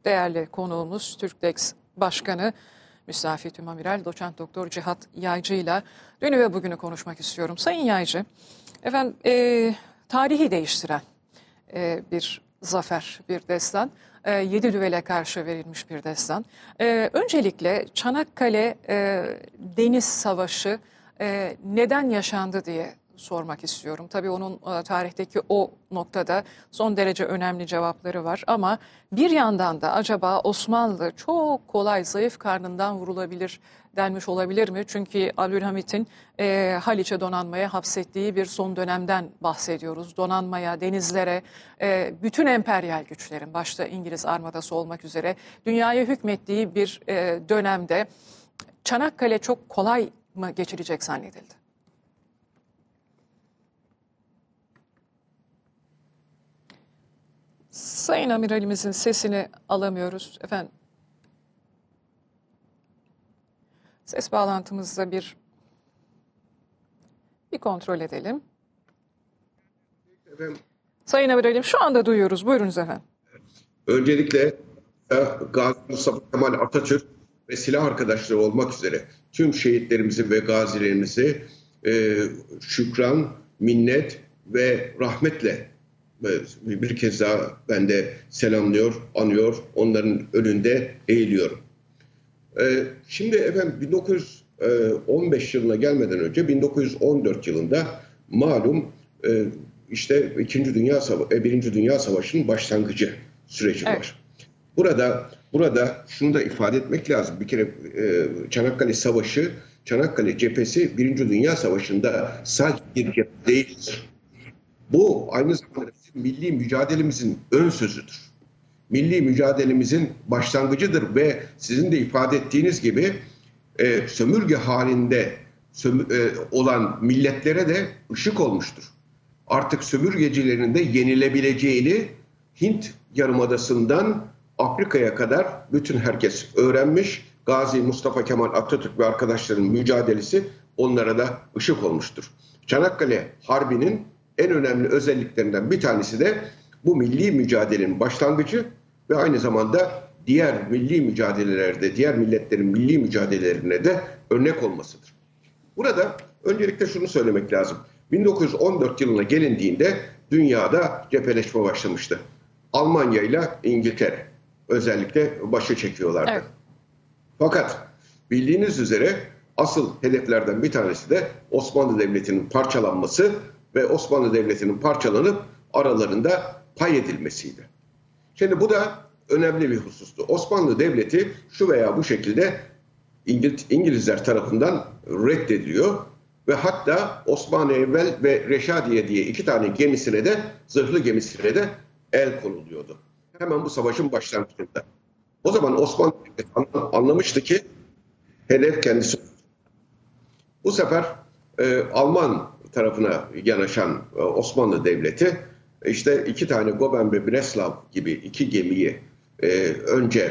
değerli konuğumuz TÜRKDEX Başkanı Müstafi Tümamiral Doçent Doktor Cihat Yaycı ile dünü ve bugünü konuşmak istiyorum. Sayın Yaycı, efendim tarihi değiştiren bir zafer, bir destan. 7 düvele karşı verilmiş bir destan. Öncelikle Çanakkale Deniz Savaşı neden yaşandı diye sormak istiyorum. Tabii onun tarihteki o noktada son derece önemli cevapları var ama bir yandan da acaba Osmanlı çok kolay zayıf karnından vurulabilir denmiş olabilir mi? Çünkü Abdülhamit'in Haliç'e donanmaya hapsettiği bir son dönemden bahsediyoruz. Donanmaya, denizlere, bütün emperyal güçlerin başta İngiliz armadası olmak üzere dünyaya hükmettiği bir dönemde Çanakkale çok kolay mı geçilecek zannedildi? Sayın Amiralimizin sesini alamıyoruz. Efendim, ses bağlantımızda bir kontrol edelim. Efendim, Sayın Amiralim şu anda duyuyoruz. Buyurunuz efendim. öncelikle Gazi Mustafa Kemal Atatürk ve silah arkadaşları olmak üzere tüm şehitlerimizi ve gazilerimizi şükran, minnet ve rahmetle bir kez daha ben de selamlıyor, anıyor, onların önünde eğiliyorum. Şimdi efendim 1915 yılına gelmeden önce 1914 yılında malum işte Birinci Dünya Savaşı'nın başlangıcı süreci var. Burada şunu da ifade etmek lazım. Bir kere Çanakkale Savaşı, Çanakkale cephesi Birinci Dünya Savaşı'nda sadece bir cephe değildir. Bu aynı zamanda bizim milli mücadelemizin ön sözüdür. Milli mücadelemizin başlangıcıdır ve sizin de ifade ettiğiniz gibi sömürge halinde olan milletlere de ışık olmuştur. Artık sömürgecilerin de yenilebileceğini Hint Yarımadası'ndan Afrika'ya kadar bütün herkes öğrenmiş. Gazi Mustafa Kemal Atatürk ve arkadaşlarının mücadelesi onlara da ışık olmuştur. Çanakkale Harbi'nin en önemli özelliklerinden bir tanesi de bu milli mücadelenin başlangıcı ve aynı zamanda diğer milli mücadelelerde, diğer milletlerin milli mücadelelerine de örnek olmasıdır. Burada öncelikle şunu söylemek lazım. 1914 yılına gelindiğinde dünyada cepheleşme başlamıştı. Almanya ile İngiltere özellikle başı çekiyorlardı. Evet. Fakat bildiğiniz üzere asıl hedeflerden bir tanesi de Osmanlı Devleti'nin parçalanması ve Osmanlı Devleti'nin parçalanıp aralarında pay edilmesiydi. Şimdi bu da önemli bir husustu. Osmanlı Devleti şu veya bu şekilde İngilizler tarafından reddediliyor ve hatta Osman-ı Evvel ve Reşadiye diye iki tane gemisine de, zırhlı gemisine de el konuluyordu. Hemen bu savaşın başlangıcında. O zaman Osmanlı Devleti anlamıştı ki hedef kendisi. Bu sefer Alman tarafına yanaşan Osmanlı Devleti işte iki tane Goben ve Breslau gibi iki gemiyi önce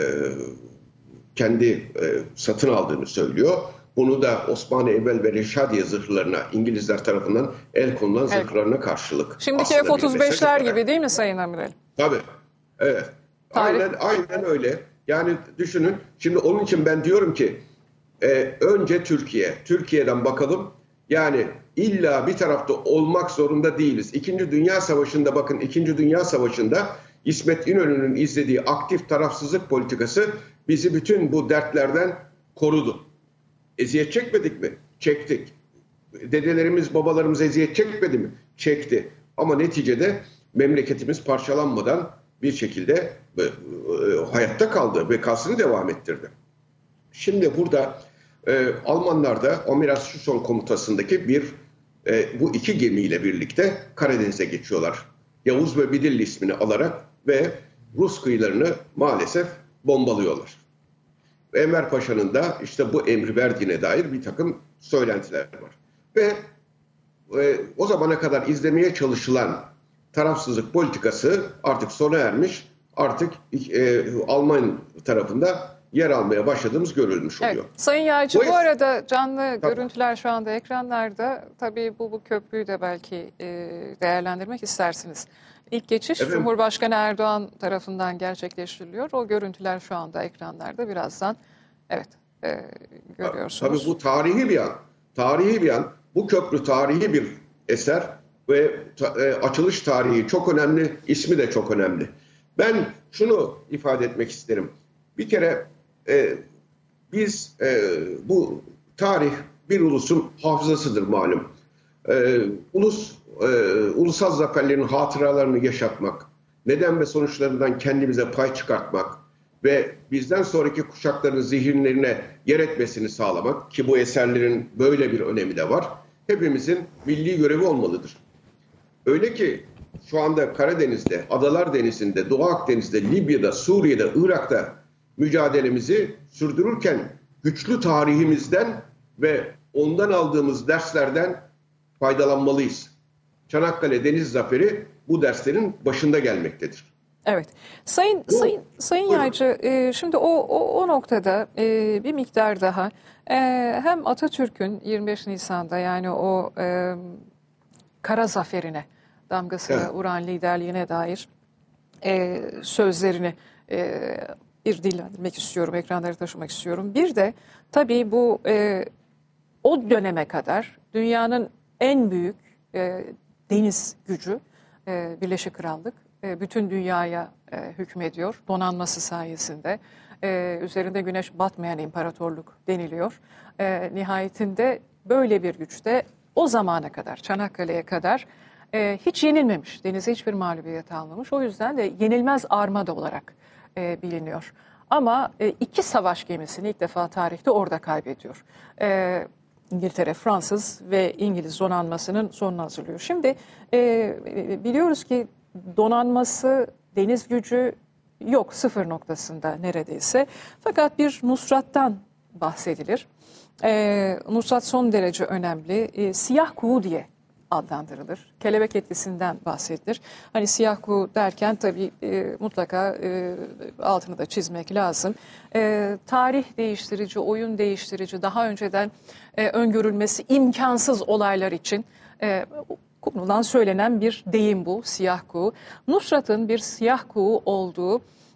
kendi satın aldığını söylüyor. Bunu da Osman-ı Evvel ve Reşadiye zırhlarına, İngilizler tarafından el konulan zırhlarına karşılık. Şimdiki F-35'ler gibi değil mi Sayın Amiral? Tabii. Evet. Aynen öyle. Yani düşünün. Şimdi onun için ben diyorum ki önce Türkiye'den bakalım. Yani illa bir tarafta olmak zorunda değiliz. İkinci Dünya Savaşı'nda bakın, İkinci Dünya Savaşı'nda İsmet İnönü'nün izlediği aktif tarafsızlık politikası bizi bütün bu dertlerden korudu. Eziyet çekmedik mi? Çektik. Dedelerimiz, babalarımız eziyet çekmedi mi? Çekti. Ama neticede memleketimiz parçalanmadan bir şekilde hayatta kaldı ve kalsını devam ettirdi. Şimdi burada Almanlar da Amiral Schuson komutasındaki bu iki gemiyle birlikte Karadeniz'e geçiyorlar. Yavuz ve Bidilli ismini alarak ve Rus kıyılarını maalesef bombalıyorlar. Enver Paşa'nın da işte bu emri verdiğine dair bir takım söylentiler var. Ve o zamana kadar izlemeye çalışılan tarafsızlık politikası artık sona ermiş. Artık Alman tarafında yer almaya başladığımız görülmüş oluyor. Evet. Sayın Yaycı, bu arada canlı görüntüler şu anda ekranlarda. Tabii bu köprüyü de belki değerlendirmek istersiniz. İlk geçiş Efendim, Cumhurbaşkanı Erdoğan tarafından gerçekleştiriliyor. O görüntüler şu anda ekranlarda. Birazdan evet tabii görüyorsunuz. bu tarihi bir an. Tarihi bir an. Bu köprü tarihi bir eser ve açılış tarihi çok önemli, ismi de çok önemli. Ben şunu ifade etmek isterim. Bir kere biz bu tarih bir ulusun hafızasıdır malum. Ulusal zaferlerin hatıralarını yaşatmak, neden ve sonuçlarından kendimize pay çıkartmak ve bizden sonraki kuşakların zihinlerine yer etmesini sağlamak ki bu eserlerin böyle bir önemi de var. Hepimizin milli görevi olmalıdır. Öyle ki şu anda Karadeniz'de, Adalar Denizi'nde, Doğu Akdeniz'de, Libya'da, Suriye'de, Irak'ta mücadelemizi sürdürürken güçlü tarihimizden ve ondan aldığımız derslerden faydalanmalıyız. Çanakkale Deniz Zaferi bu derslerin başında gelmektedir. Evet. Sayın Buyurun. Yaycı, şimdi o noktada bir miktar daha hem Atatürk'ün 25 Nisan'da yani o kara zaferine damgasını Evet. vuran liderliğine dair sözlerini bir dillendirmek istiyorum, ekranlara taşımak istiyorum. Bir de tabii bu o döneme kadar dünyanın en büyük deniz gücü Birleşik Krallık bütün dünyaya hükmediyor donanması sayesinde. Üzerinde güneş batmayan imparatorluk deniliyor. Nihayetinde böyle bir güçte o zamana kadar, Çanakkale'ye kadar hiç yenilmemiş. Denize hiçbir mağlubiyet almamış. O yüzden de yenilmez armada olarak biliniyor. Ama iki savaş gemisini ilk defa tarihte orada kaybediyor. İngiltere, Fransız ve İngiliz donanmasının sonunu hazırlıyor. Şimdi biliyoruz ki donanması, deniz gücü yok, sıfır noktasında neredeyse. Fakat bir Nusrat'tan bahsedilir. Nusrat son derece önemli. Siyah kuğu diye adlandırılır. Kelebek etkisinden bahsedilir. Hani siyah kuğu derken tabii mutlaka altını da çizmek lazım. Tarih değiştirici, oyun değiştirici, daha önceden öngörülmesi imkansız olaylar için kullanılan söylenen bir deyim bu, siyah kuğu. Nusrat'ın bir siyah kuğu olduğu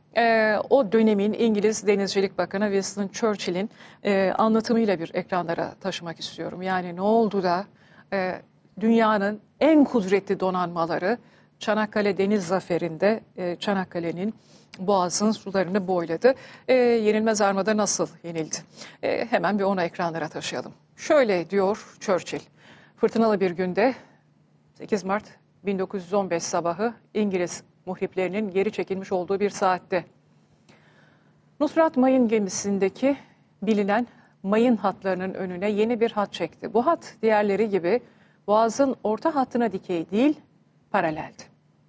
o dönemin İngiliz Denizcilik Bakanı Winston Churchill'in anlatımıyla bir ekranlara taşımak istiyorum. Yani ne oldu da dünyanın en kudretli donanmaları Çanakkale Deniz Zaferi'nde Çanakkale'nin boğazın sularını boyladı. Yenilmez armada nasıl yenildi? Hemen bir onu ekranlara taşıyalım. Şöyle diyor Churchill, fırtınalı bir günde 8 Mart 1915 sabahı İngiliz muhriplerinin geri çekilmiş olduğu bir saatte Nusrat mayın gemisindeki bilinen mayın hatlarının önüne yeni bir hat çekti. Bu hat diğerleri gibi boğazın orta hattına dikey değil, paraleldi.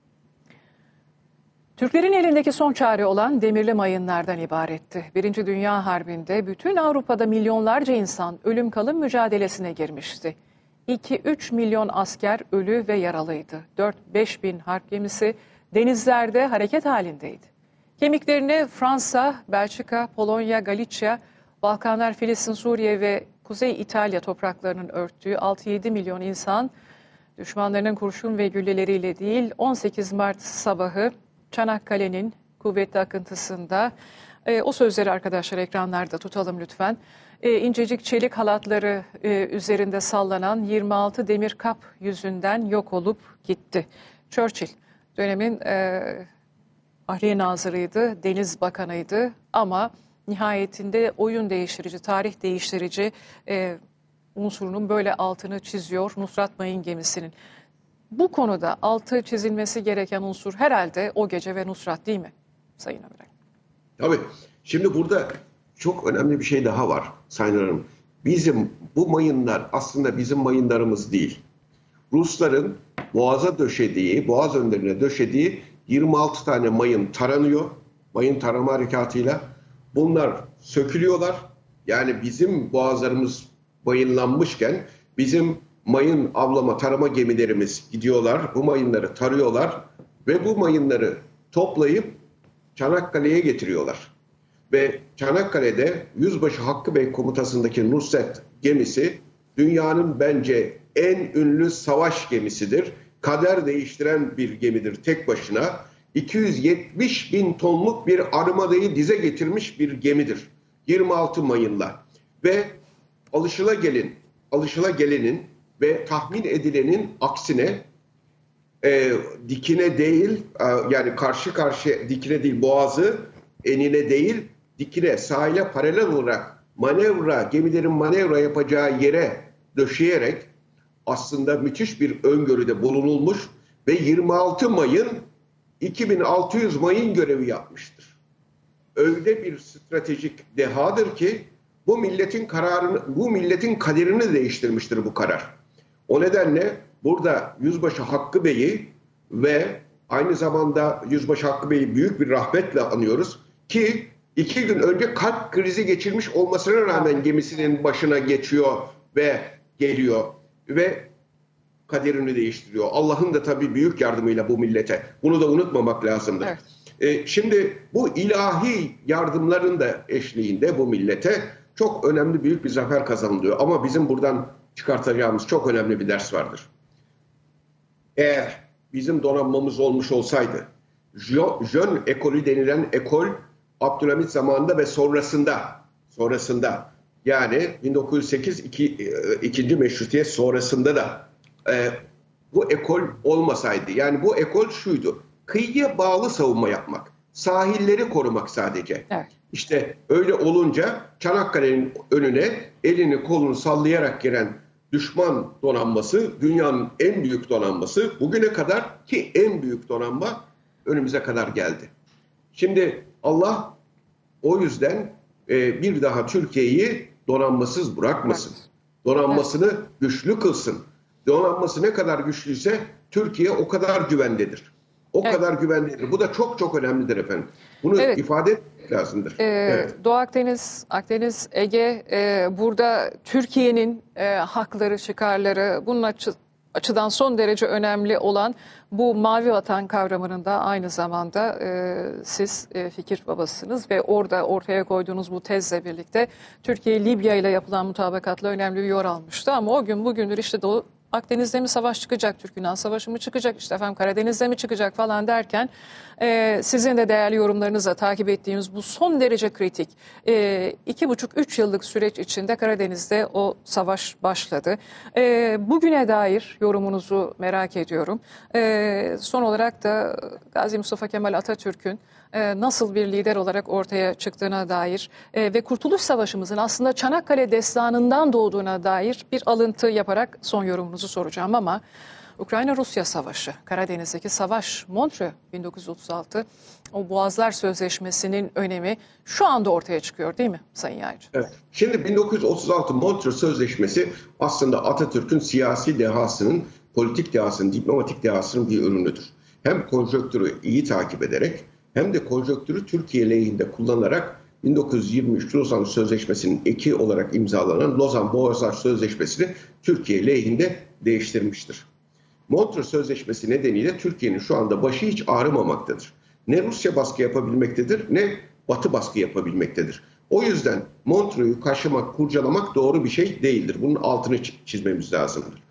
Türklerin elindeki son çare olan demirli mayınlardan ibaretti. Birinci Dünya Harbi'nde bütün Avrupa'da milyonlarca insan ölüm kalım mücadelesine girmişti. 2-3 milyon asker ölü ve yaralıydı. 4-5 bin harp gemisi denizlerde hareket halindeydi. Kemiklerini Fransa, Belçika, Polonya, Galicia, Balkanlar, Filistin, Suriye ve Kuzey İtalya topraklarının örttüğü 6-7 milyon insan düşmanlarının kurşun ve gülleleriyle değil 18 Mart sabahı Çanakkale'nin kuvvetli akıntısında o sözleri arkadaşlar ekranlarda tutalım lütfen. İncecik çelik halatları üzerinde sallanan 26 demir kap yüzünden yok olup gitti. Churchill dönemin Ahliye Nazırıydı, Deniz Bakanıydı ama nihayetinde oyun değiştirici, tarih değiştirici unsurunun böyle altını çiziyor Nusrat Mayın gemisinin. Bu konuda altı çizilmesi gereken unsur herhalde o gece ve Nusrat değil mi Sayın Amiral? Tabii. Şimdi burada çok önemli bir şey daha var Sayın Hanım. Bizim bu mayınlar aslında bizim mayınlarımız değil. Rusların boğaza döşediği, boğaz önlerine döşediği 26 tane mayın taranıyor. Mayın tarama harekatıyla. Bunlar sökülüyorlar. Yani bizim boğazlarımız mayınlanmışken bizim mayın avlama, tarama gemilerimiz gidiyorlar. Bu mayınları tarıyorlar ve bu mayınları toplayıp Çanakkale'ye getiriyorlar. Ve Çanakkale'de Yüzbaşı Hakkı Bey komutasındaki Nusret gemisi dünyanın bence en ünlü savaş gemisidir. kader değiştiren bir gemidir tek başına. 270 bin tonluk bir armadayı dize getirmiş bir gemidir. 26 mayınla ve alışılagelenin ve tahmin edilenin aksine dikine değil, yani karşı karşıya dikine değil, boğazı enine değil, dikine, sahile paralel olarak gemilerin manevra yapacağı yere döşeyerek aslında müthiş bir öngörüde bulunulmuş ve 26 mayın 2600 mayın görevi yapmıştır. Öyle bir stratejik dehadır ki bu milletin kaderini değiştirmiştir bu karar. O nedenle burada Yüzbaşı Hakkı Bey'i ve aynı zamanda Yüzbaşı Hakkı Bey'i büyük bir rahmetle anıyoruz ki 2 gün önce kalp krizi geçirmiş olmasına rağmen gemisinin başına geçiyor ve geliyor ve kaderini değiştiriyor. Allah'ın da tabii büyük yardımıyla bu millete. Bunu da unutmamak lazımdır. Evet. Şimdi bu ilahi yardımların da eşliğinde bu millete çok önemli büyük bir zafer kazanılıyor. Ama bizim buradan çıkartacağımız çok önemli bir ders vardır. Eğer bizim donanmamız olmuş olsaydı, Jön ekolü denilen ekol Abdülhamit zamanında ve sonrasında yani 1908 ikinci meşrutiyet sonrasında da bu ekol olmasaydı, yani bu ekol şuydu: kıyıya bağlı savunma yapmak, sahilleri korumak sadece. Evet. İşte öyle olunca Çanakkale'nin önüne elini kolunu sallayarak giren düşman donanması, dünyanın en büyük donanması, bugüne kadar ki en büyük donanma önümüze kadar geldi. Şimdi Allah o yüzden bir daha Türkiye'yi donanmasız bırakmasın. Donanmasını güçlü kılsın. Donanması ne kadar güçlüyse Türkiye o kadar güvendedir. O kadar güvendedir. Bu da çok çok önemlidir efendim. Bunu ifade etmek lazımdır. Doğu Akdeniz, Akdeniz, Ege, burada Türkiye'nin hakları, çıkarları, bunun açıdan son derece önemli olan bu mavi vatan kavramının da aynı zamanda siz fikir babasısınız ve orada ortaya koyduğunuz bu tezle birlikte Türkiye Libya ile yapılan mutabakatla önemli bir yor almıştı. Ama o gün bugündür işte Doğu Akdeniz'de mi savaş çıkacak, Türk-Yunan savaşı mı çıkacak, işte efendim Karadeniz'de mi çıkacak falan derken sizin de değerli yorumlarınızla takip ettiğimiz bu son derece kritik 2,5-3 yıllık süreç içinde Karadeniz'de o savaş başladı. Bugüne dair yorumunuzu merak ediyorum. Son olarak da Gazi Mustafa Kemal Atatürk'ün nasıl bir lider olarak ortaya çıktığına dair ve Kurtuluş Savaşımızın aslında Çanakkale destanından doğduğuna dair bir alıntı yaparak son yorumunuzu soracağım ama Ukrayna-Rusya Savaşı, Karadeniz'deki savaş, Montreux 1936, o Boğazlar Sözleşmesi'nin önemi şu anda ortaya çıkıyor değil mi Sayın Yaycı? Evet. Şimdi 1936 Montreux Sözleşmesi aslında Atatürk'ün siyasi dehasının, politik dehasının, diplomatik dehasının bir ürünüdür. Hem konjonktürü iyi takip ederek hem de konjonktürü Türkiye lehinde kullanarak 1923 Lozan Sözleşmesi'nin eki olarak imzalanan Lozan Boğazlar Sözleşmesi'ni Türkiye lehinde değiştirmiştir. Montreux Sözleşmesi nedeniyle Türkiye'nin şu anda başı hiç ağrımamaktadır. Ne Rusya baskı yapabilmektedir ne Batı baskı yapabilmektedir. O yüzden Montreux'u kaşımak, kurcalamak doğru bir şey değildir. Bunun altını çizmemiz lazımdır.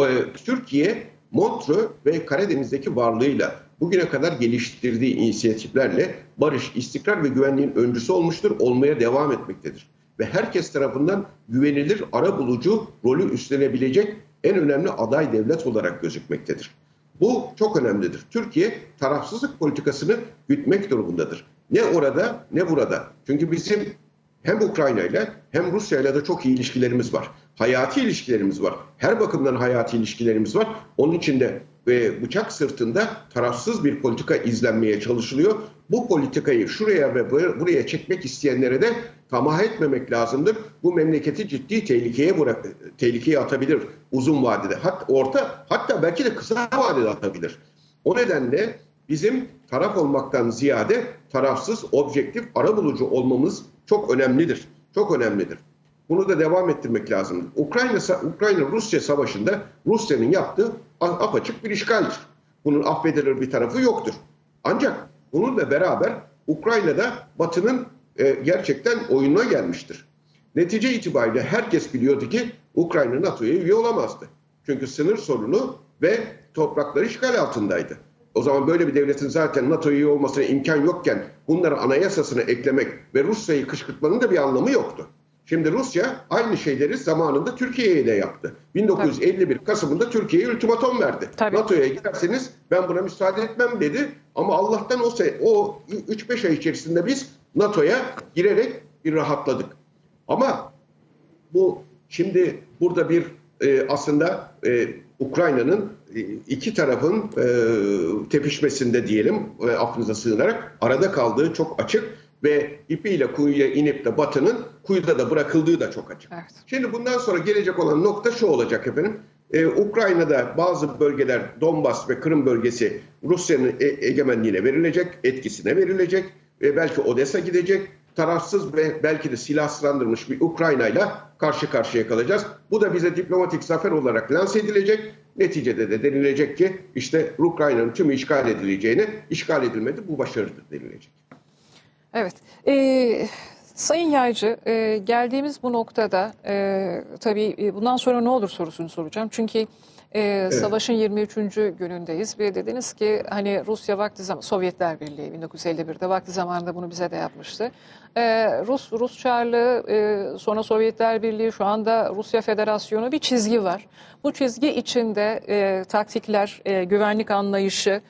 Türkiye, Montreux ve Karadeniz'deki varlığıyla bugüne kadar geliştirdiği inisiyatiflerle barış, istikrar ve güvenliğin öncüsü olmuştur, olmaya devam etmektedir. Ve herkes tarafından güvenilir arabulucu rolü üstlenebilecek en önemli aday devlet olarak gözükmektedir. Bu çok önemlidir. Türkiye tarafsızlık politikasını gütmek durumundadır. Ne orada ne burada. Çünkü bizim hem Ukrayna ile hem Rusya ile de çok iyi ilişkilerimiz var. Hayati ilişkilerimiz var. Her bakımdan hayati ilişkilerimiz var. Onun için de bıçak sırtında tarafsız bir politika izlenmeye çalışılıyor. Bu politikayı şuraya ve buraya çekmek isteyenlere de tamah etmemek lazımdır. Bu memleketi ciddi tehlikeye atabilir uzun vadede. Hatta belki de kısa vadede atabilir. O nedenle bizim taraf olmaktan ziyade tarafsız, objektif, arabulucu olmamız çok önemlidir. Çok önemlidir. Bunu da devam ettirmek lazımdır. Ukrayna-Rusya savaşında Rusya'nın yaptığı apaçık bir işgaldir. Bunun affedilir bir tarafı yoktur. Ancak bununla beraber Ukrayna'da Batı'nın gerçekten oyununa gelmiştir. Netice itibariyle herkes biliyordu ki Ukrayna NATO'ya üye olamazdı. Çünkü sınır sorunu ve toprakları işgal altındaydı. O zaman böyle bir devletin zaten NATO üye olmasına imkan yokken bunları anayasasına eklemek ve Rusya'yı kışkırtmanın da bir anlamı yoktu. Şimdi Rusya aynı şeyleri zamanında Türkiye'ye de yaptı. 1951 Kasım'ında Türkiye'ye ultimatom verdi. NATO'ya girerseniz ben buna müsaade etmem dedi. Ama Allah'tan o 3-5 ay içerisinde biz NATO'ya girerek bir rahatladık. Ama bu şimdi burada bir aslında Ukrayna'nın iki tarafın tepişmesinde diyelim, affınıza sığınarak arada kaldığı çok açık ve ipiyle kuyuya inip de Batı'nın kuyuda da bırakıldığı da çok açık. Evet. Şimdi bundan sonra gelecek olan nokta şu olacak efendim. Ukrayna'da bazı bölgeler, Donbas ve Kırım bölgesi Rusya'nın egemenliğine verilecek, etkisine verilecek ve belki Odessa gidecek. Tarafsız ve belki de silahsızlandırılmış bir Ukrayna'yla karşı karşıya kalacağız. Bu da bize diplomatik zafer olarak lanse edilecek. Neticede de denilecek ki işte Ukrayna'nın tümü işgal edileceğine, işgal edilmedi, bu başarıdır denilecek. Evet. Sayın Yaycı, geldiğimiz bu noktada tabii bundan sonra ne olur sorusunu soracağım. Çünkü savaşın 23. günündeyiz ve dediniz ki hani Rusya vakti zaman, Sovyetler Birliği 1951'de vakti zamanında bunu bize de yapmıştı. Rus Çarlığı, sonra Sovyetler Birliği, şu anda Rusya Federasyonu, bir çizgi var. Bu çizgi içinde taktikler, güvenlik anlayışı,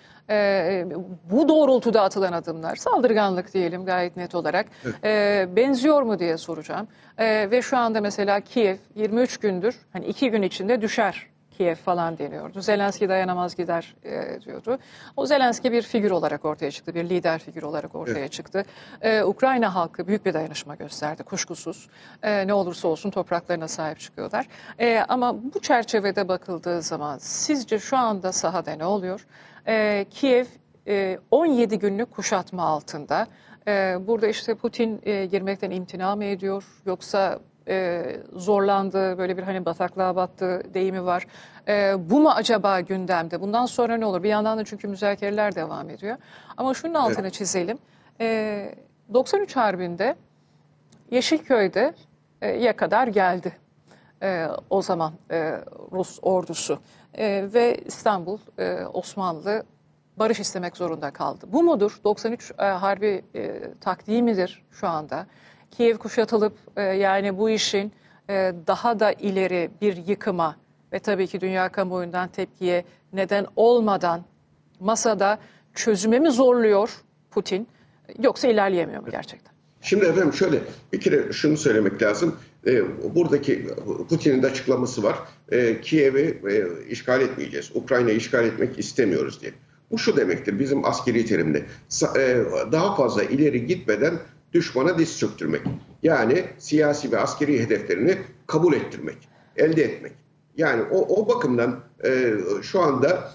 bu doğrultuda atılan adımlar, saldırganlık diyelim gayet net olarak, benziyor mu diye soracağım. Ve şu anda mesela Kiev 23 gündür, hani 2 gün içinde düşer Kiev falan deniyordu. Zelenski dayanamaz gider diyordu. O Zelenski bir figür olarak ortaya çıktı, bir lider figür olarak ortaya çıktı. Ukrayna halkı büyük bir dayanışma gösterdi kuşkusuz. Ne olursa olsun topraklarına sahip çıkıyorlar. Ama bu çerçevede bakıldığı zaman sizce şu anda sahada ne oluyor? Kiev 17 günlük kuşatma altında. Burada işte Putin girmekten imtina mı ediyor, yoksa zorlandı, böyle bir hani bataklığa battı deyimi var. Bu mu acaba gündemde? Bundan sonra ne olur? Bir yandan da çünkü müzakereler devam ediyor. Ama şunun altını çizelim. 93 Harbi'nde Yeşilköy'de ya kadar geldi o zaman Rus ordusu. Ve İstanbul, Osmanlı barış istemek zorunda kaldı. Bu mudur? 93 Harbi taktiği midir şu anda? Kiev kuşatılıp yani bu işin daha da ileri bir yıkıma ve tabii ki dünya kamuoyundan tepkiye neden olmadan masada çözüme mi zorluyor Putin, yoksa ilerleyemiyor mu gerçekten? Şimdi efendim şöyle bir kere şunu söylemek lazım. Buradaki Putin'in de açıklaması var. Kiev'i işgal etmeyeceğiz. Ukrayna'yı işgal etmek istemiyoruz diye. Bu şu demektir bizim askeri terimde. Daha fazla ileri gitmeden düşmana diz çöktürmek. Yani siyasi ve askeri hedeflerini kabul ettirmek, elde etmek. Yani o bakımdan şu anda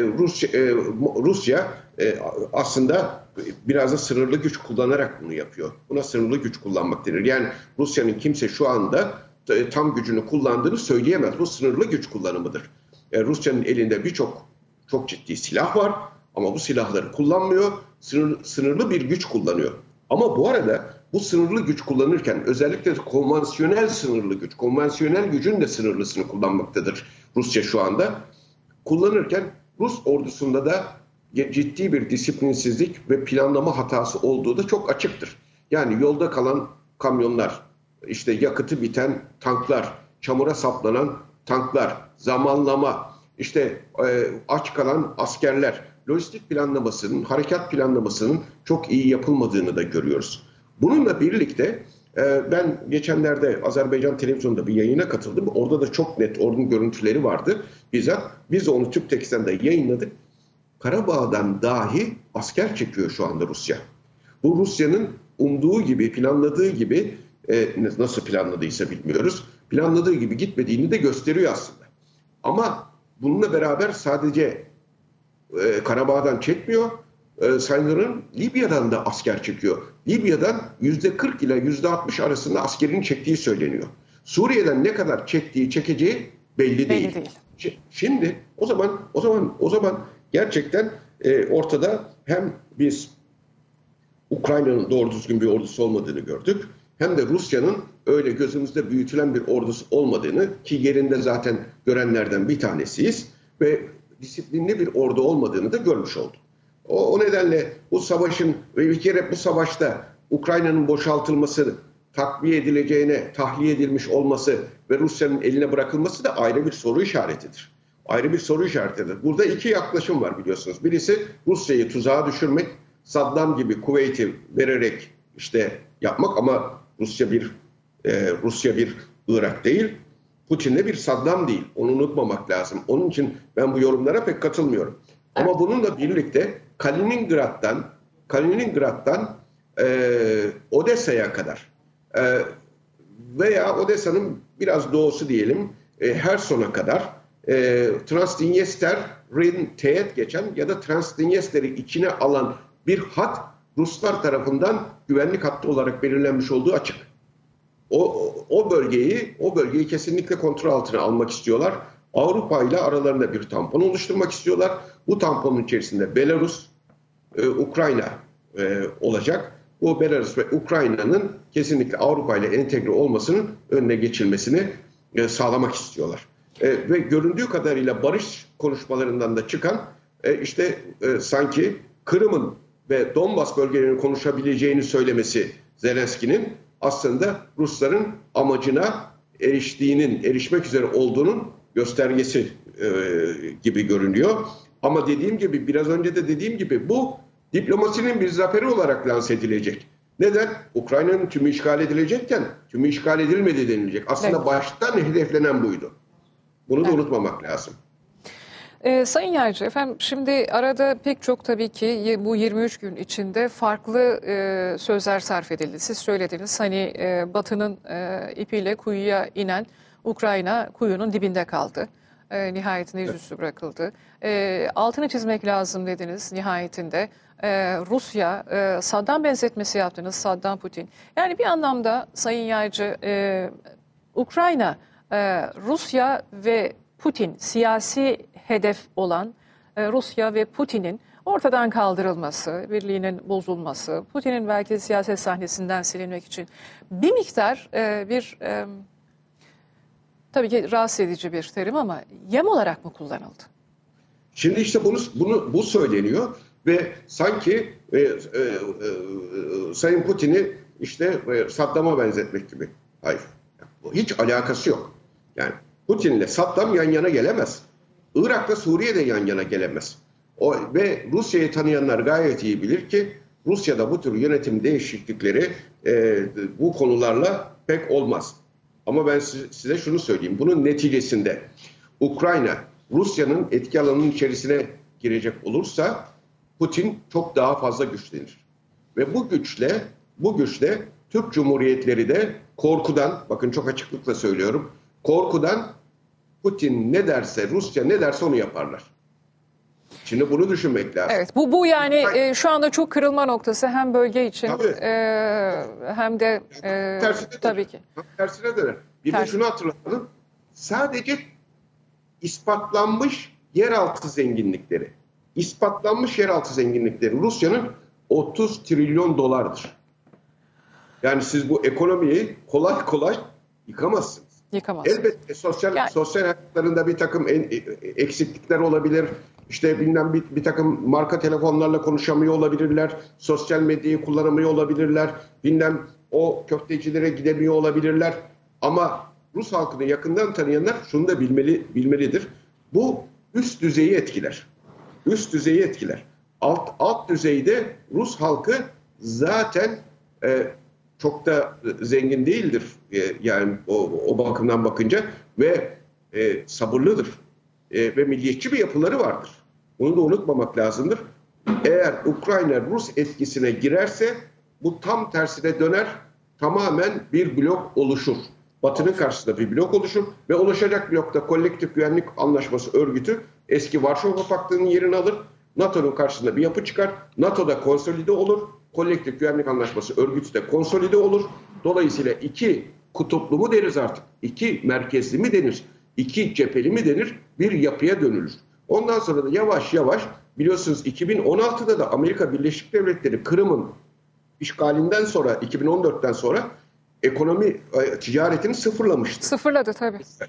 Rusya aslında biraz da sınırlı güç kullanarak bunu yapıyor. Buna sınırlı güç kullanmak denir. Yani Rusya'nın kimse şu anda tam gücünü kullandığını söyleyemez. Bu sınırlı güç kullanımıdır. Rusya'nın elinde çok ciddi silah var ama bu silahları kullanmıyor. Sınırlı bir güç kullanıyor. Ama bu arada bu sınırlı güç kullanırken özellikle konvansiyonel sınırlı güç, konvansiyonel gücün de sınırlısını kullanmaktadır Rusya şu anda. Kullanırken Rus ordusunda da ciddi bir disiplinsizlik ve planlama hatası olduğu da çok açıktır. Yani yolda kalan kamyonlar, işte yakıtı biten tanklar, çamura saplanan tanklar, zamanlama, işte aç kalan askerler, lojistik planlamasının, harekat planlamasının çok iyi yapılmadığını da görüyoruz. Bununla birlikte ben geçenlerde Azerbaycan televizyonunda bir yayına katıldım. Orada da çok net ordunun görüntüleri vardı. Bizzat biz onu Türkteksten'de yayınladık. Karabağ'dan dahi asker çekiyor şu anda Rusya. Bu Rusya'nın umduğu gibi, planladığı gibi, nasıl planladıysa bilmiyoruz, planladığı gibi gitmediğini de gösteriyor aslında. Ama bununla beraber sadece Karabağ'dan çekmiyor, sanırım Libya'dan da asker çekiyor. Libya'dan %40 ile %60 arasında askerini çektiği söyleniyor. Suriye'den ne kadar çekeceği belli değil. Şimdi o zaman gerçekten ortada hem biz Ukrayna'nın doğru düzgün bir ordusu olmadığını gördük, hem de Rusya'nın öyle gözümüzde büyütülen bir ordusu olmadığını, ki yerinde zaten görenlerden bir tanesiyiz ve disiplinli bir ordu olmadığını da görmüş olduk. O nedenle bu savaşın ve bir kere bu savaşta Ukrayna'nın boşaltılması, takviye edileceğine tahliye edilmiş olması ve Rusya'nın eline bırakılması da ayrı bir soru işaretidir. Ayrı bir soru işaretidir. Burada iki yaklaşım var biliyorsunuz. Birisi Rusya'yı tuzağa düşürmek, Saddam gibi Kuveyt'i vererek işte yapmak ama Rusya bir Irak değil, Putin de bir Saddam değil. Onu unutmamak lazım. Onun için ben bu yorumlara pek katılmıyorum. Ama bununla birlikte Kaliningrad'dan Odessa'ya kadar veya Odessa'nın biraz doğusu diyelim Herson'a kadar Transdinyester'in teğet geçen ya da Transdinyester'i içine alan bir hat Ruslar tarafından güvenlik hattı olarak belirlenmiş olduğu açık. O bölgeyi kesinlikle kontrol altına almak istiyorlar. Avrupa ile aralarında bir tampon oluşturmak istiyorlar. Bu tamponun içerisinde Belarus, Ukrayna olacak. Bu Belarus ve Ukrayna'nın kesinlikle Avrupa ile entegre olmasının önüne geçilmesini sağlamak istiyorlar. Ve göründüğü kadarıyla barış konuşmalarından da çıkan sanki Kırım'ın ve Donbas bölgelerinin konuşabileceğini söylemesi Zelenski'nin aslında Rusların amacına erişmek üzere olduğunun göstergesi gibi görünüyor. Ama biraz önce de dediğim gibi bu diplomasinin bir zaferi olarak lanse edilecek. Neden? Ukrayna'nın tümü işgal edilecekken tümü işgal edilmedi denilecek. Aslında evet, baştan hedeflenen buydu. Bunu da unutmamak lazım. Sayın Yaycı, efendim şimdi arada pek çok tabii ki bu 23 gün içinde farklı sözler sarf edildi. Siz söylediniz hani Batı'nın ipiyle kuyuya inen Ukrayna kuyunun dibinde kaldı. Nihayetinde yüzüstü bırakıldı. Altını çizmek lazım dediniz nihayetinde. Rusya, Saddam benzetmesi yaptınız, Saddam Putin. Yani bir anlamda Sayın Yaycı, Ukrayna, Rusya ve Putin siyasi hedef olan Rusya ve Putin'in ortadan kaldırılması, birliğinin bozulması, Putin'in belki siyaset sahnesinden silinmek için bir miktar tabii ki rahatsız edici bir terim ama yem olarak mı kullanıldı? Şimdi işte bu söyleniyor ve sanki Sayın Putin'i Saddam'a benzetmek gibi. Hayır. Hiç alakası yok. Yani Putin'le Saddam yan yana gelemez. Irak'la Suriye de yan yana gelemez. Ve Rusya'yı tanıyanlar gayet iyi bilir ki Rusya'da bu tür yönetim değişiklikleri bu konularla pek olmaz. Ama ben size şunu söyleyeyim. Bunun neticesinde Ukrayna Rusya'nın etki alanının içerisine girecek olursa Putin çok daha fazla güçlenir. Ve bu güçle Türk Cumhuriyetleri de korkudan, bakın çok açıklıkla söylüyorum, korkudan Putin ne derse, Rusya ne derse onu yaparlar. Şimdi bunu düşünmek lazım. Evet, bu yani şu anda çok kırılma noktası hem bölge için hem de tabii ki. Tersine döner. De şunu hatırlatalım. Sadece ispatlanmış yeraltı zenginlikleri. Rusya'nın 30 trilyon dolardır. Yani siz bu ekonomiyi kolay kolay yıkamazsınız. Elbette sosyal haklarında bir takım eksiklikler olabilir. Bir takım marka telefonlarla konuşamıyor olabilirler. Sosyal medyayı kullanamıyor olabilirler. O köftecilere gidemiyor olabilirler. Ama Rus halkını yakından tanıyanlar şunu da bilmelidir. Bu üst düzeyi etkiler. Alt düzeyde Rus halkı zaten çok da zengin değildir. Yani o bakımdan bakınca ve sabırlıdır. Ve milliyetçi bir yapıları vardır. Bunu da unutmamak lazımdır. Eğer Ukrayna Rus etkisine girerse bu tam tersine döner. Tamamen bir blok oluşur. Batı'nın karşısında bir blok oluşur ve oluşacak blokta Kolektif Güvenlik Anlaşması örgütü eski Varşova Paktı'nın yerini alır. NATO'nun karşısında bir yapı çıkar. NATO'da konsolide olur. Kolektif Güvenlik Anlaşması örgütü de konsolide olur. Dolayısıyla iki kutuplu mu deriz artık? İki merkezli mi denir? İki cepheli mi denir? Bir yapıya dönülür. Ondan sonra da yavaş yavaş biliyorsunuz 2016'da da Amerika Birleşik Devletleri Kırım'ın işgalinden sonra 2014'ten sonra ticaretini sıfırlamıştı. Sıfırladı tabii.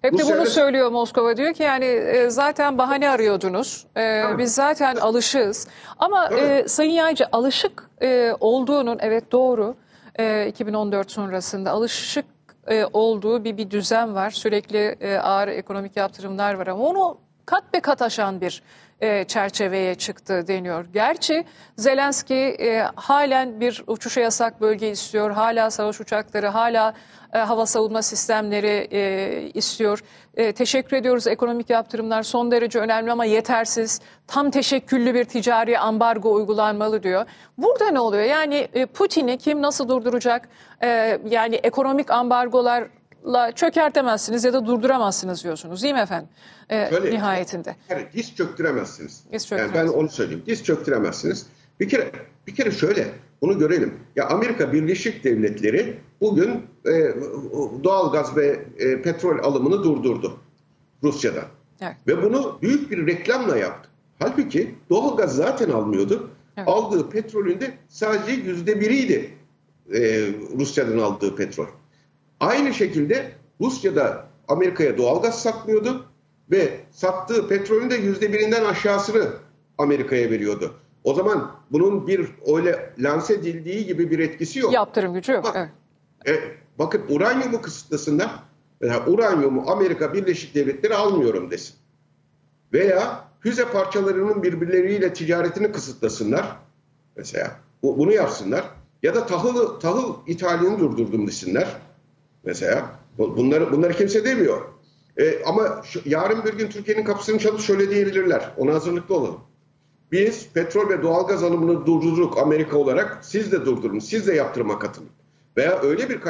Hep de Rusya bunu öyle- söylüyor Moskova, diyor ki yani zaten bahane arıyordunuz. Biz zaten alışığız. Ama Tabii. Sayın Yaycı, alışık olduğunun, evet doğru, 2014 sonrasında alışık olduğu bir düzen var. Sürekli ağır ekonomik yaptırımlar var ama onu kat be kat aşan bir çerçeveye çıktı deniyor. Gerçi Zelenski halen bir uçuşa yasak bölge istiyor. Hala savaş uçakları, hala hava savunma sistemleri istiyor. Teşekkür ediyoruz. Ekonomik yaptırımlar son derece önemli ama yetersiz. Tam teşekküllü bir ticari ambargo uygulanmalı diyor. Burada ne oluyor? Yani Putin'i kim nasıl durduracak? Yani ekonomik ambargolarla çökertemezsiniz ya da durduramazsınız diyorsunuz, değil mi efendim? Nihayetinde. Yani diz çöktüremezsiniz. Diz Yani ben çöktüremezsiniz. onu söyleyeyim. Diz çöktüremezsiniz. Bir kere şöyle bunu görelim. Ya Amerika Birleşik Devletleri bugün doğalgaz ve petrol alımını durdurdu Rusya'dan. Evet. Ve bunu büyük bir reklamla yaptı. Halbuki doğalgaz zaten almıyordu. Evet. Aldığı petrolün de sadece %1'iydi Rusya'dan aldığı petrol. Aynı şekilde Rusya'da Amerika'ya doğalgaz satmıyordu ve sattığı petrolün de %1'inden aşağısını Amerika'ya veriyordu. O zaman bunun bir öyle lanse edildiği gibi bir etkisi yok. Yaptırım gücü yok. Bak, Evet. bakın uranyumu kısıtlasınlar. Veya uranyumu Amerika Birleşik Devletleri almıyorum desin. Veya füze parçalarının birbirleriyle ticaretini kısıtlasınlar. Mesela bunu yapsınlar. Ya da tahıl ithalini durdurdum desinler. Mesela bunları kimse demiyor. Ama yarın bir gün Türkiye'nin kapısını çalıp şöyle diyebilirler. Ona hazırlıklı olalım. Biz petrol ve doğalgaz alımını durdurduk Amerika olarak. Siz de durdurun. Siz de yaptırıma katılın. Veya öyle bir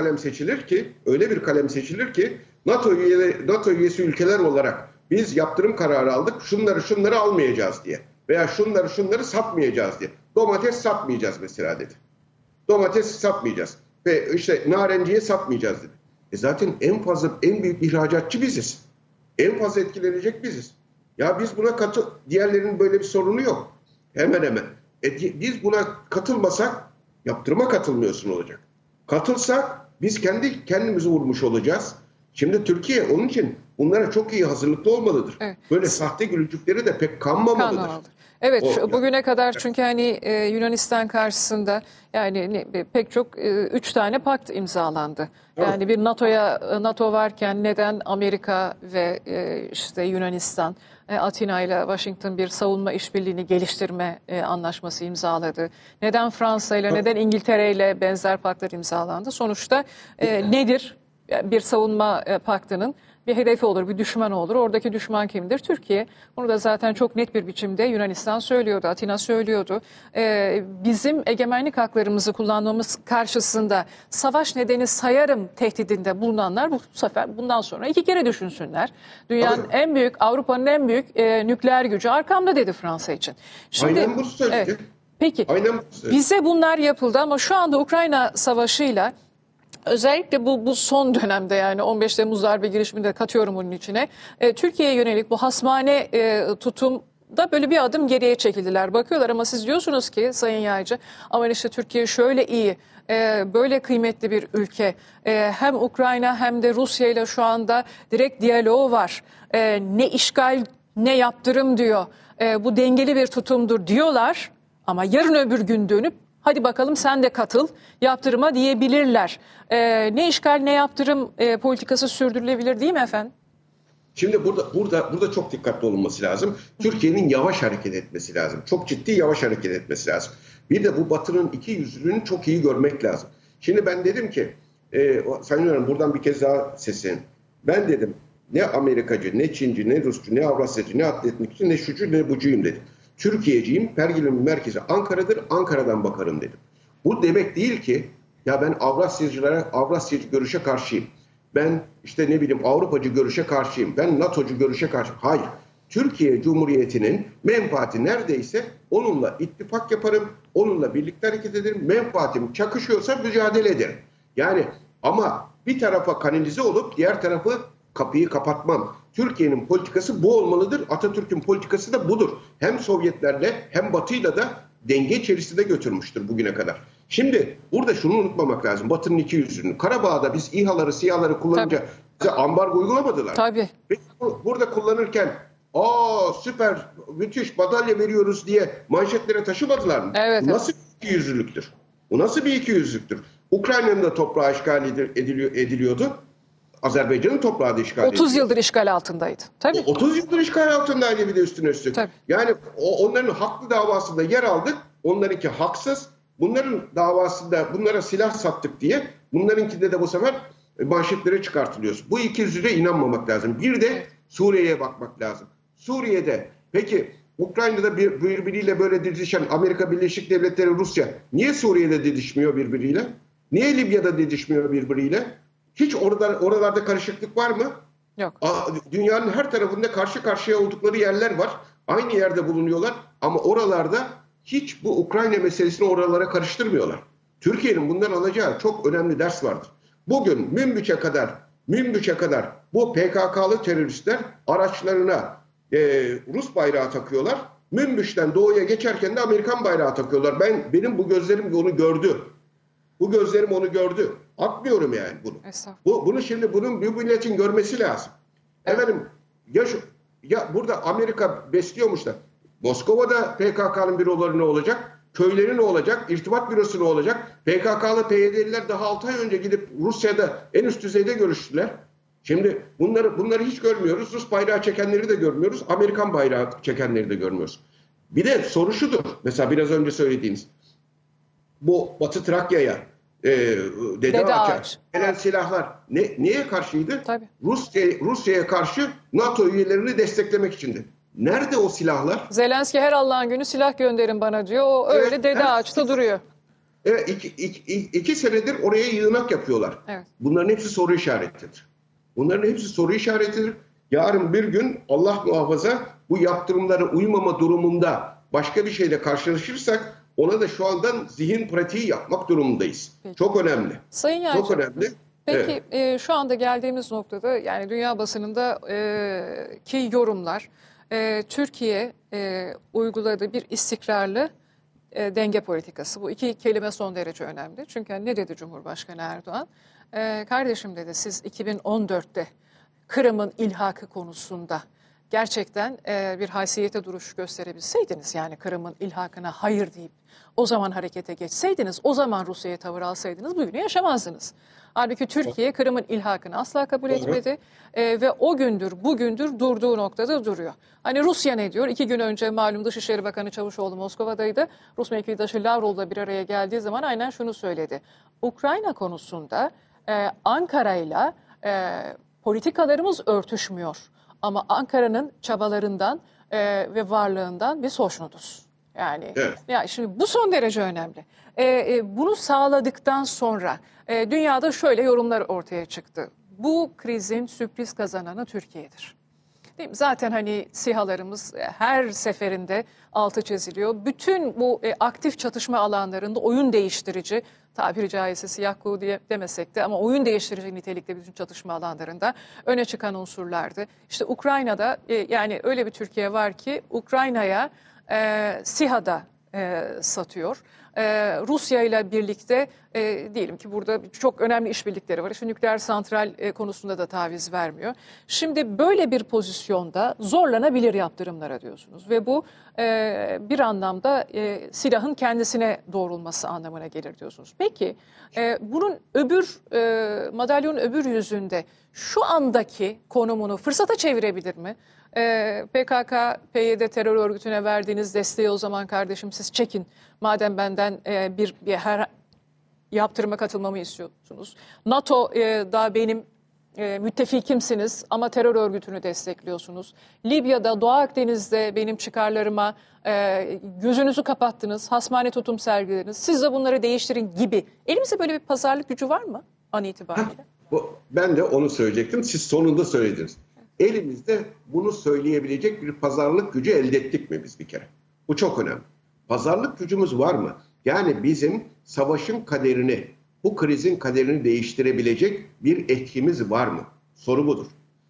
kalem seçilir ki NATO üyesi ülkeler olarak biz yaptırım kararı aldık. Şunları almayacağız diye. Veya şunları satmayacağız diye. Domates satmayacağız mesela dedi. Domates satmayacağız. Ve işte narenciye satmayacağız dedi. Zaten en büyük ihracatçı biziz. En fazla etkilenecek biziz. Ya biz buna diğerlerinin böyle bir sorunu yok. Hemen hemen. Biz buna katılmasak yaptırıma katılmıyorsun olacak. Katılsak biz kendimizi vurmuş olacağız. Şimdi Türkiye onun için bunlara çok iyi hazırlıklı olmalıdır. Evet. Böyle sahte gülücükleri de pek kanmamalıdır. Kanlamalıdır. Evet, bugüne kadar çünkü hani Yunanistan karşısında yani pek çok 3 tane pakt imzalandı. Yani bir NATO varken neden Amerika ve işte Yunanistan Atina ile Washington bir savunma işbirliğini geliştirme anlaşması imzaladı? Neden Fransa ile, neden İngiltere ile benzer paktlar imzalandı? Sonuçta nedir bir savunma paktının? Bir hedefi olur, bir düşmanı olur. Oradaki düşman kimdir? Türkiye. Bunu da zaten çok net bir biçimde Yunanistan söylüyordu, Atina söylüyordu. Bizim egemenlik haklarımızı kullanmamız karşısında savaş nedeni sayarım tehdidinde bulunanlar bu sefer bundan sonra 2 kere düşünsünler. Dünyanın en büyük, Avrupa'nın en büyük nükleer gücü arkamda dedi Fransa için. Şimdi, Aynen bunu söyledi. evet, peki Aynen bunu söyledi. bize bunlar yapıldı ama şu anda Ukrayna Savaşı'yla özellikle bu son dönemde, yani 15 Temmuz darbe girişimini de katıyorum bunun içine, Türkiye'ye yönelik bu hasmane tutumda böyle bir adım geriye çekildiler. Bakıyorlar ama siz diyorsunuz ki Sayın Yaycı, ama işte Türkiye şöyle iyi, böyle kıymetli bir ülke. Hem Ukrayna hem de Rusya ile şu anda direkt diyaloğu var. Ne işgal ne yaptırım diyor. Bu dengeli bir tutumdur diyorlar ama yarın öbür gün dönüp hadi bakalım sen de katıl yaptırıma diyebilirler. Ne işgal ne yaptırım politikası sürdürülebilir, değil mi efendim? Şimdi burada çok dikkatli olunması lazım. Türkiye'nin yavaş hareket etmesi lazım. Çok ciddi yavaş hareket etmesi lazım. Bir de bu Batı'nın iki yüzünü çok iyi görmek lazım. Şimdi ben dedim ki, Sayın Hanım buradan bir kez daha seslenin. Ben dedim ne Amerikacı, ne Çinci, ne Rusçu, ne Avrasyacı, ne Atletnikçi, ne şucu, ne bucuyum dedim. Türkiye'ciyim, Pergil'in merkezi Ankara'dır, Ankara'dan bakarım dedim. Bu demek değil ki ya ben Avrasyacı görüşe karşıyım. Ben işte ne bileyim Avrupacı görüşe karşıyım. Ben NATO'cu görüşe karşıyım. Hayır. Türkiye Cumhuriyeti'nin menfaati neredeyse onunla ittifak yaparım. Onunla birlikte hareket ederim. Menfaatim çakışıyorsa mücadele ederim. Yani ama bir tarafa kanalize olup diğer tarafı kapıyı kapatmam. Türkiye'nin politikası bu olmalıdır. Atatürk'ün politikası da budur. Hem Sovyetlerle hem Batı'yla da denge içerisinde götürmüştür bugüne kadar. Şimdi burada şunu unutmamak lazım. Batı'nın iki yüzünü. Karabağ'da biz İHA'ları, SİHA'ları kullanınca Bize ambargo uygulamadılar. Tabii. Peki burada kullanırken süper, müthiş, madalya veriyoruz diye manşetlere taşımadılar mı? Evet, Bu nasıl bir ikiyüzlülüktür? Bu nasıl bir ikiyüzlülüktür? Ukrayna'nın da toprağı işgal ediliyordu. Azerbaycan'ın toprağı da işgal ediliyordu. 30 yıldır işgal altındaydı. Tabii. 30 yıldır işgal altındaydı bir de üstüne üstlük. Tabii. Yani onların haklı davasında yer aldık. Onlarınki haksız. Bunların davasında bunlara silah sattık diye bunlarınkinde de bu sefer manşetlere çıkartılıyoruz. Bu ikiyüzlülüğe inanmamak lazım. Bir de Suriye'ye bakmak lazım. Suriye'de peki Ukrayna'da birbiriyle böyle didişen Amerika Birleşik Devletleri, Rusya niye Suriye'de didişmiyor birbiriyle? Niye Libya'da didişmiyor birbiriyle? Hiç oralarda karışıklık var mı? Yok. Dünyanın her tarafında karşı karşıya oldukları yerler var. Aynı yerde bulunuyorlar ama oralarda hiç bu Ukrayna meselesini oralara karıştırmıyorlar. Türkiye'nin bundan alacağı çok önemli ders vardır. Bugün Münbiç'e kadar bu PKK'lı teröristler araçlarına Rus bayrağı takıyorlar. Münbiç'ten doğuya geçerken de Amerikan bayrağı takıyorlar. Benim bu gözlerim onu gördü. Bu gözlerim onu gördü. Atmıyorum yani bunu. Bunu şimdi bunun bir milletin görmesi lazım. Evet. Efendim ya burada Amerika besliyormuş da Moskova'da PKK'nın büroları ne olacak? Köyleri ne olacak? İrtibat bürosu ne olacak? PKK'lı PYD'liler daha 6 ay önce gidip Rusya'da en üst düzeyde görüştüler. Şimdi bunları hiç görmüyoruz. Rus bayrağı çekenleri de görmüyoruz. Amerikan bayrağı çekenleri de görmüyoruz. Bir de soru şudur. Mesela biraz önce söylediğiniz. Bu Batı Trakya'ya Dede Ağaç'a gelen silahlar niye karşıydı? Tabii. Rusya'ya karşı NATO üyelerini desteklemek içindi. Nerede o silahlar? Zelenski her Allah'ın günü silah gönderin bana diyor. O öyle Dede Ağaç'ta duruyor. Evet, iki senedir oraya yığınak yapıyorlar. Evet. Bunların hepsi soru işaretidir. Bunların hepsi soru işaretidir. Yarın bir gün Allah muhafaza bu yaptırımlara uymama durumunda başka bir şeyle karşılaşırsak ona da şu andan zihin pratiği yapmak durumundayız. Peki. Çok önemli. Sayın Yaycı, çok önemli. Peki şu anda geldiğimiz noktada yani dünya basınında ki yorumlar Türkiye uyguladığı bir istikrarlı denge politikası. Bu iki kelime son derece önemli. Çünkü ne dedi Cumhurbaşkanı Erdoğan? Kardeşim dedi siz 2014'te Kırım'ın ilhakı konusunda gerçekten bir haysiyete duruş gösterebilseydiniz, yani Kırım'ın ilhakına hayır deyip o zaman harekete geçseydiniz, o zaman Rusya'ya tavır alsaydınız bugünü yaşamazdınız. Halbuki Türkiye Kırım'ın ilhakını asla kabul etmedi ve o gündür bugündür durduğu noktada duruyor. Hani Rusya ne diyor? 2 gün önce malum Dışişleri Bakanı Çavuşoğlu Moskova'daydı. Rus mevkidaşı Lavrov'la bir araya geldiği zaman aynen şunu söyledi. Ukrayna konusunda Ankara'yla politikalarımız örtüşmüyor. Ama Ankara'nın çabalarından ve varlığından biz hoşnutuz. Yani, yani şimdi bu son derece önemli. Bunu sağladıktan sonra dünyada şöyle yorumlar ortaya çıktı. Bu krizin sürpriz kazananı Türkiye'dir. Değil mi? Zaten hani SİHA'larımız her seferinde altı çiziliyor. Bütün bu aktif çatışma alanlarında oyun değiştirici, tabiri caizse siyah kuğu diye demesek de ama oyun değiştirici nitelikte bütün çatışma alanlarında öne çıkan unsurlardı. İşte Ukrayna'da yani öyle bir Türkiye var ki Ukrayna'ya SİHA'da satıyor. Rusya ile birlikte diyelim ki burada çok önemli işbirlikleri var. İşte nükleer santral konusunda da taviz vermiyor. Şimdi böyle bir pozisyonda zorlanabilir yaptırımlara diyorsunuz. Ve bu bir anlamda silahın kendisine doğrulması anlamına gelir diyorsunuz. Peki bunun madalyonun öbür yüzünde şu andaki konumunu fırsata çevirebilir mi? PKK, PYD terör örgütüne verdiğiniz desteği o zaman kardeşim siz çekin. Madem benden bir yaptırıma katılmamı istiyorsunuz. NATO da benim müttefikimsiniz ama terör örgütünü destekliyorsunuz. Libya'da, Doğu Akdeniz'de benim çıkarlarıma gözünüzü kapattınız, hasmane tutum sergilediniz. Siz de bunları değiştirin gibi. Elimizde böyle bir pazarlık gücü var mı an itibariyle? Ben de onu söyleyecektim. Siz sonunda söylediniz. Elimizde bunu söyleyebilecek bir pazarlık gücü elde ettik mi biz bir kere? Bu çok önemli. Pazarlık gücümüz var mı? Yani bizim savaşın kaderini, bu krizin kaderini değiştirebilecek bir etkimiz var mı? Soru budur.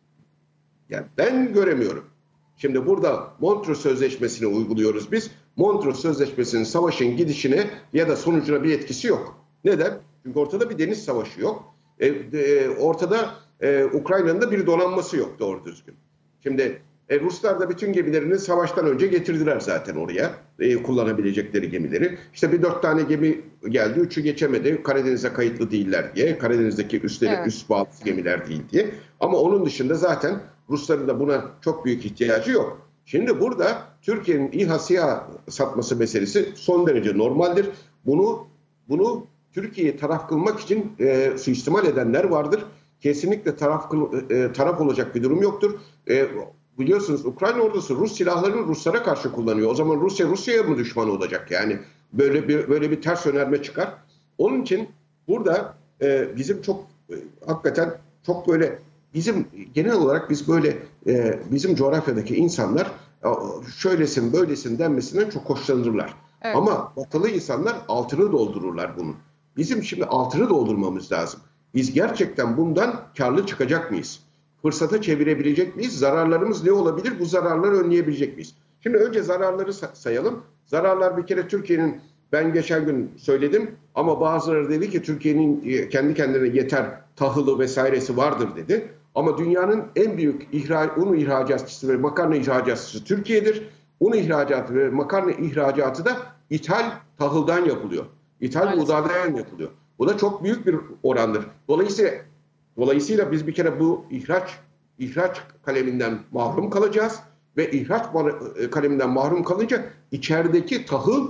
Yani ben göremiyorum. Şimdi burada Montreux Sözleşmesi'ni uyguluyoruz biz. Montreux Sözleşmesi'nin savaşın gidişine ya da sonucuna bir etkisi yok. Neden? Çünkü ortada bir deniz savaşı yok. Ortada Ukrayna'nın da bir donanması yok doğru düzgün. Şimdi Ruslar da bütün gemilerini savaştan önce getirdiler zaten oraya. Kullanabilecekleri gemileri. İşte bir 4 tane gemi geldi. 3'ü geçemedi. Karadeniz'e kayıtlı değiller diye. Karadeniz'deki üst bağlısı gemiler değil diye. Ama onun dışında zaten Rusların da buna çok büyük ihtiyacı yok. Şimdi burada Türkiye'nin İHA SİHA satması meselesi son derece normaldir. Bunu Türkiye'yi taraf kılmak için suistimal edenler vardır. Kesinlikle taraf olacak bir durum yoktur. Biliyorsunuz Ukrayna ordusu Rus silahlarını Ruslara karşı kullanıyor. O zaman Rusya'ya mı düşman olacak? Yani böyle bir ters önerme çıkar. Onun için burada bizim hakikaten çok böyle genel olarak biz böyle bizim coğrafyadaki insanlar şöylesin böylesin denmesinden çok hoşlanırlar. Evet. Ama batılı insanlar altını doldururlar bunun. Bizim şimdi altını doldurmamız lazım. Biz gerçekten bundan karlı çıkacak mıyız? Fırsata çevirebilecek miyiz? Zararlarımız ne olabilir? Bu zararları önleyebilecek miyiz? Şimdi önce zararları sayalım. Zararlar bir kere Türkiye'nin, ben geçen gün söyledim ama bazıları dedi ki Türkiye'nin kendi kendine yeter tahılı vesairesi vardır dedi. Ama dünyanın en büyük un ihracatçısı ve makarna ihracatçısı Türkiye'dir. Un ihracatı ve makarna ihracatı da ithal tahıldan yapılıyor. İthal buğdaydan yapılıyor. Bu da çok büyük bir orandır. Dolayısıyla biz bir kere bu ihraç kaleminden mahrum kalacağız ve ihraç kaleminden mahrum kalınca içerideki tahıl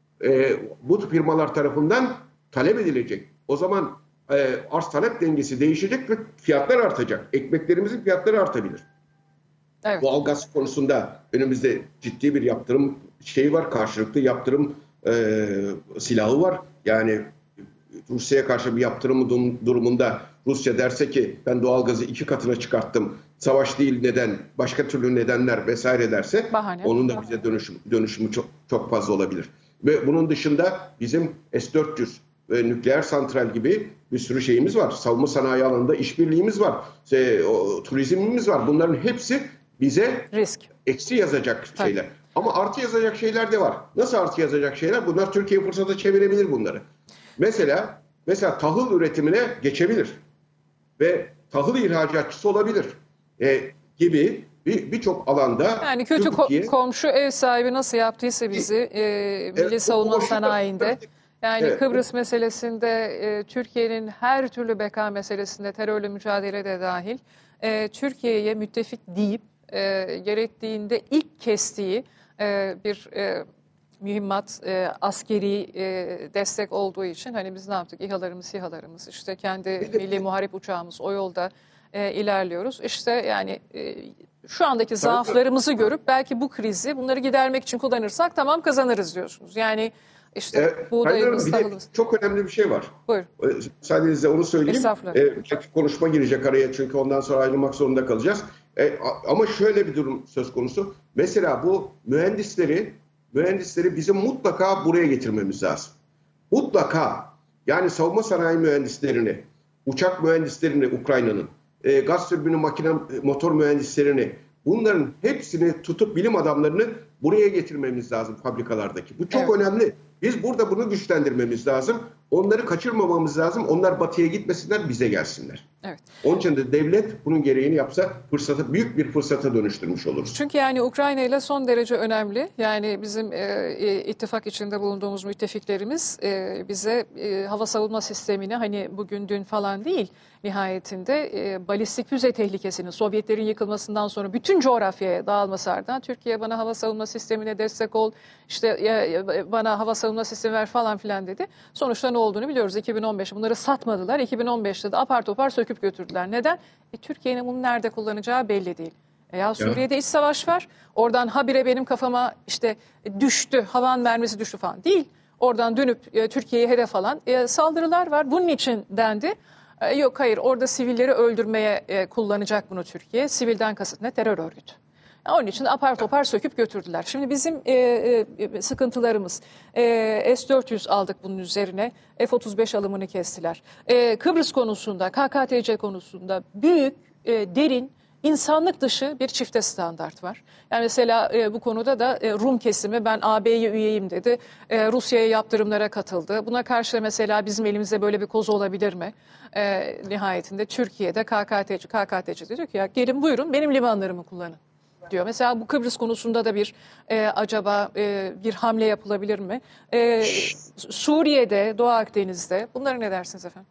bu firmalar tarafından talep edilecek. O zaman arz talep dengesi değişecek ve fiyatlar artacak. Ekmeklerimizin fiyatları artabilir. Evet. Doğalgaz konusunda önümüzde ciddi bir yaptırım var, karşılıklı yaptırım silahı var. Yani Rusya'ya karşı bir yaptırım durumunda Rusya derse ki ben doğalgazı 2 katına çıkarttım, savaş değil neden, başka türlü nedenler vesaire derse onun da bize dönüşümü çok fazla olabilir. Ve bunun dışında bizim S-400 ve nükleer santral gibi bir sürü şeyimiz var. Savunma sanayi alanında işbirliğimiz var. Turizmimiz var. Bunların hepsi bize eksi yazacak şeyler. Ama artı yazacak şeyler de var. Nasıl artı yazacak şeyler? Bunlar Türkiye fırsata çevirebilir bunları. Mesela tahıl üretimine geçebilir ve tahıl ihracatçısı olabilir gibi birçok alanda. Yani kötü komşu ev sahibi nasıl yaptıysa bizi milli savunma sanayinde. Yani Kıbrıs meselesinde, Türkiye'nin her türlü beka meselesinde, terörle mücadele de dahil, Türkiye'ye müttefik deyip gerektiğinde ilk kestiği bir mühimmat, askeri destek olduğu için hani biz ne yaptık? İHA'larımız, işte kendi milli muharip uçağımız, o yolda ilerliyoruz. İşte yani şu andaki zaaflarımızı görüp belki bu krizi bunları gidermek için kullanırsak tamam kazanırız diyorsunuz. Yani işte buğdayımız, tahılımız. Çok önemli bir şey var. Buyurun. Sadece onu söyleyeyim. Konuşma girecek araya çünkü ondan sonra ayrılmak zorunda kalacağız. Ama şöyle bir durum söz konusu. Mesela bu mühendisleri bizim mutlaka buraya getirmemiz lazım. Mutlaka. Yani savunma sanayi mühendislerini, uçak mühendislerini Ukrayna'nın, gaz türbini makine motor mühendislerini, bunların hepsini tutup bilim adamlarını buraya getirmemiz lazım fabrikalardaki. Bu çok önemli. Biz burada bunu güçlendirmemiz lazım. Onları kaçırmamamız lazım. Onlar batıya gitmesinler, bize gelsinler. Evet. Onun için de devlet bunun gereğini yapsa büyük bir fırsata dönüştürmüş oluruz. Çünkü yani Ukrayna ile son derece önemli. Yani bizim ittifak içinde bulunduğumuz müttefiklerimiz bize hava savunma sistemini hani bugün dün falan değil nihayetinde balistik füze tehlikesinin Sovyetlerin yıkılmasından sonra bütün coğrafyaya dağılması ardından Türkiye bana hava savunma sistemine destek ol, işte bana hava savunma sistemi ver falan filan dedi. Sonuçta ne olduğunu biliyoruz. 2015 bunları satmadılar. 2015'te de apar topar söküp götürdüler. Neden? Türkiye'nin bunu nerede kullanacağı belli değil. Ya Suriye'de iç savaş var. Oradan habire benim kafama işte düştü, havan mermisi düştü falan değil. Oradan dönüp Türkiye'ye hedef alan saldırılar var. Bunun için dendi. Yok hayır orada sivilleri öldürmeye kullanacak bunu Türkiye. Sivilden kasıt ne? Terör örgütü. Onun için apar topar söküp götürdüler. Şimdi bizim sıkıntılarımız S-400 aldık bunun üzerine. F-35 alımını kestiler. Kıbrıs konusunda, KKTC konusunda büyük, derin insanlık dışı bir çifte standart var. Yani mesela bu konuda da Rum kesimi ben AB'ye üyeyim dedi. Rusya'ya yaptırımlara katıldı. Buna karşı mesela bizim elimizde böyle bir koz olabilir mi? Nihayetinde Türkiye'de KKTC diyor ki ya gelin buyurun benim limanlarımı kullanın diyor. Mesela bu Kıbrıs konusunda da bir acaba bir hamle yapılabilir mi? Suriye'de, Doğu Akdeniz'de bunları ne dersiniz efendim?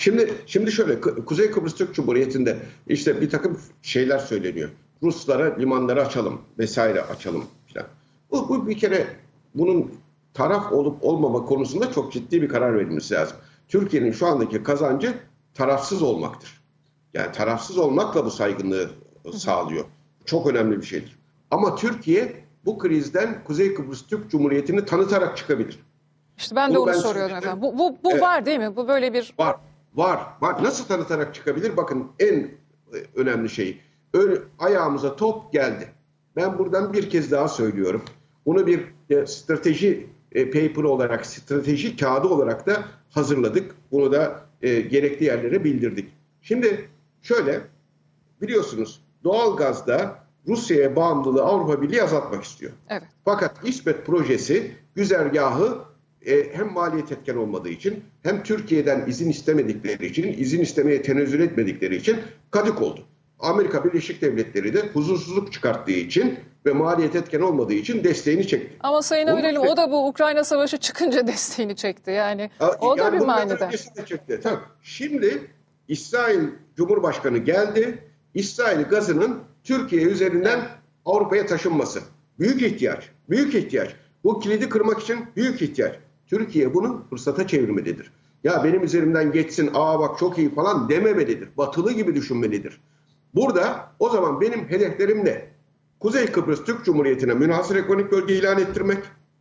Şimdi şöyle, Kuzey Kıbrıs Türk Cumhuriyeti'nde işte bir takım şeyler söyleniyor. Ruslara limanları açalım vesaire açalım filan. Bu bir kere bunun taraf olup olmama konusunda çok ciddi bir karar verilmesi lazım. Türkiye'nin şu andaki kazancı tarafsız olmaktır. Yani tarafsız olmakla bu saygınlığı sağlıyor. Çok önemli bir şeydir. Ama Türkiye bu krizden Kuzey Kıbrıs Türk Cumhuriyeti'ni tanıtarak çıkabilir. İşte ben de Bunu onu ben soruyorum söyledim. efendim. Bu Evet. var değil mi? Bu böyle bir... Var. Nasıl tanıtarak çıkabilir? Bakın en önemli şey. Ayağımıza top geldi. Ben buradan bir kez daha söylüyorum. Bunu bir strateji paper olarak, strateji kağıdı olarak da hazırladık. Bunu da gerekli yerlere bildirdik. Şimdi şöyle, biliyorsunuz doğalgazda Rusya'ya bağımlılığı Avrupa Birliği azaltmak istiyor. Evet. Fakat İSPET projesi güzergahı hem maliyet etken olmadığı için hem Türkiye'den izin istemedikleri için, izin istemeye tenezzül etmedikleri için kadük oldu. Amerika Birleşik Devletleri de huzursuzluk çıkarttığı için ve maliyet etken olmadığı için desteğini çekti. Ama Sayın Amiral'im o da bu Ukrayna Savaşı çıkınca desteğini çekti. Yani o da bir manada. Çekti. Tabii. Şimdi İsrail Cumhurbaşkanı geldi. İsrail gazının Türkiye üzerinden Avrupa'ya taşınması. Büyük ihtiyaç. Büyük ihtiyaç. Bu kilidi kırmak için büyük ihtiyaç. Türkiye bunu fırsata çevirmelidir. Ya benim üzerimden geçsin, bak çok iyi falan dememelidir. Batılı gibi düşünmelidir. Burada o zaman benim hedeflerim ne? Kuzey Kıbrıs Türk Cumhuriyeti'ne münhasır ekonomik bölge ilan ettirmek.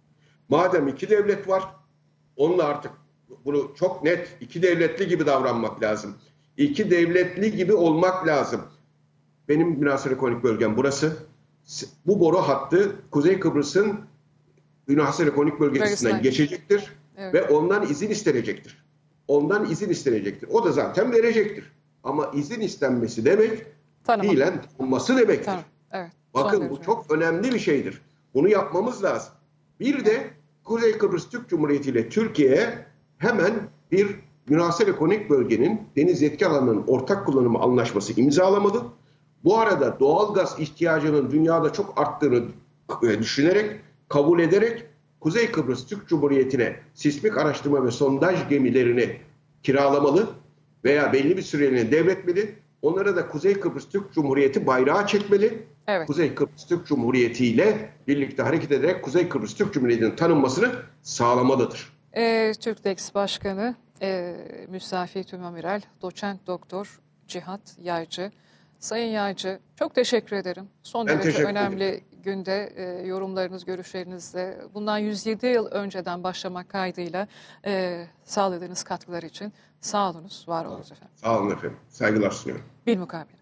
Madem iki devlet var, onunla artık bunu çok net iki devletli gibi davranmak lazım. İki devletli gibi olmak lazım. Benim münhasır ekonomik bölgem burası. Bu boru hattı Kuzey Kıbrıs'ın münhasır ekonomik bölgesinden geçecektir. Evet. Ve ondan izin istenecektir. Ondan izin istenecektir. O da zaten verecektir. Ama izin istenmesi demek fiilen tanınması demektir. Tamam. Evet. Bakın bu çok önemli bir şeydir. Bunu yapmamız lazım. Bir de Kuzey Kıbrıs Türk Cumhuriyeti ile Türkiye'ye hemen bir münhasır ekonomik bölgenin deniz yetki alanının ortak kullanımı anlaşması imzalamalı. Bu arada doğalgaz ihtiyacının dünyada çok arttığını düşünerek, kabul ederek Kuzey Kıbrıs Türk Cumhuriyeti'ne sismik araştırma ve sondaj gemilerini kiralamalı veya belli bir süreliğine devretmeli. Onlara da Kuzey Kıbrıs Türk Cumhuriyeti bayrağı çekmeli. Evet. Kuzey Kıbrıs Türk Cumhuriyeti ile birlikte hareket ederek Kuzey Kıbrıs Türk Cumhuriyeti'nin tanınmasını sağlamalıdır. TÜRKDEX Başkanı Müstafi Tümamiral Doçent Doktor Cihat Yaycı. Sayın Yaycı çok teşekkür ederim. Son derece önemli günde yorumlarınız, görüşlerinizle bundan 107 yıl önceden başlamak kaydıyla sağladığınız katkılar için sağ olunuz, var olunuz efendim. Sağ olun efendim. Saygılar sunuyorum. Bilmukabele.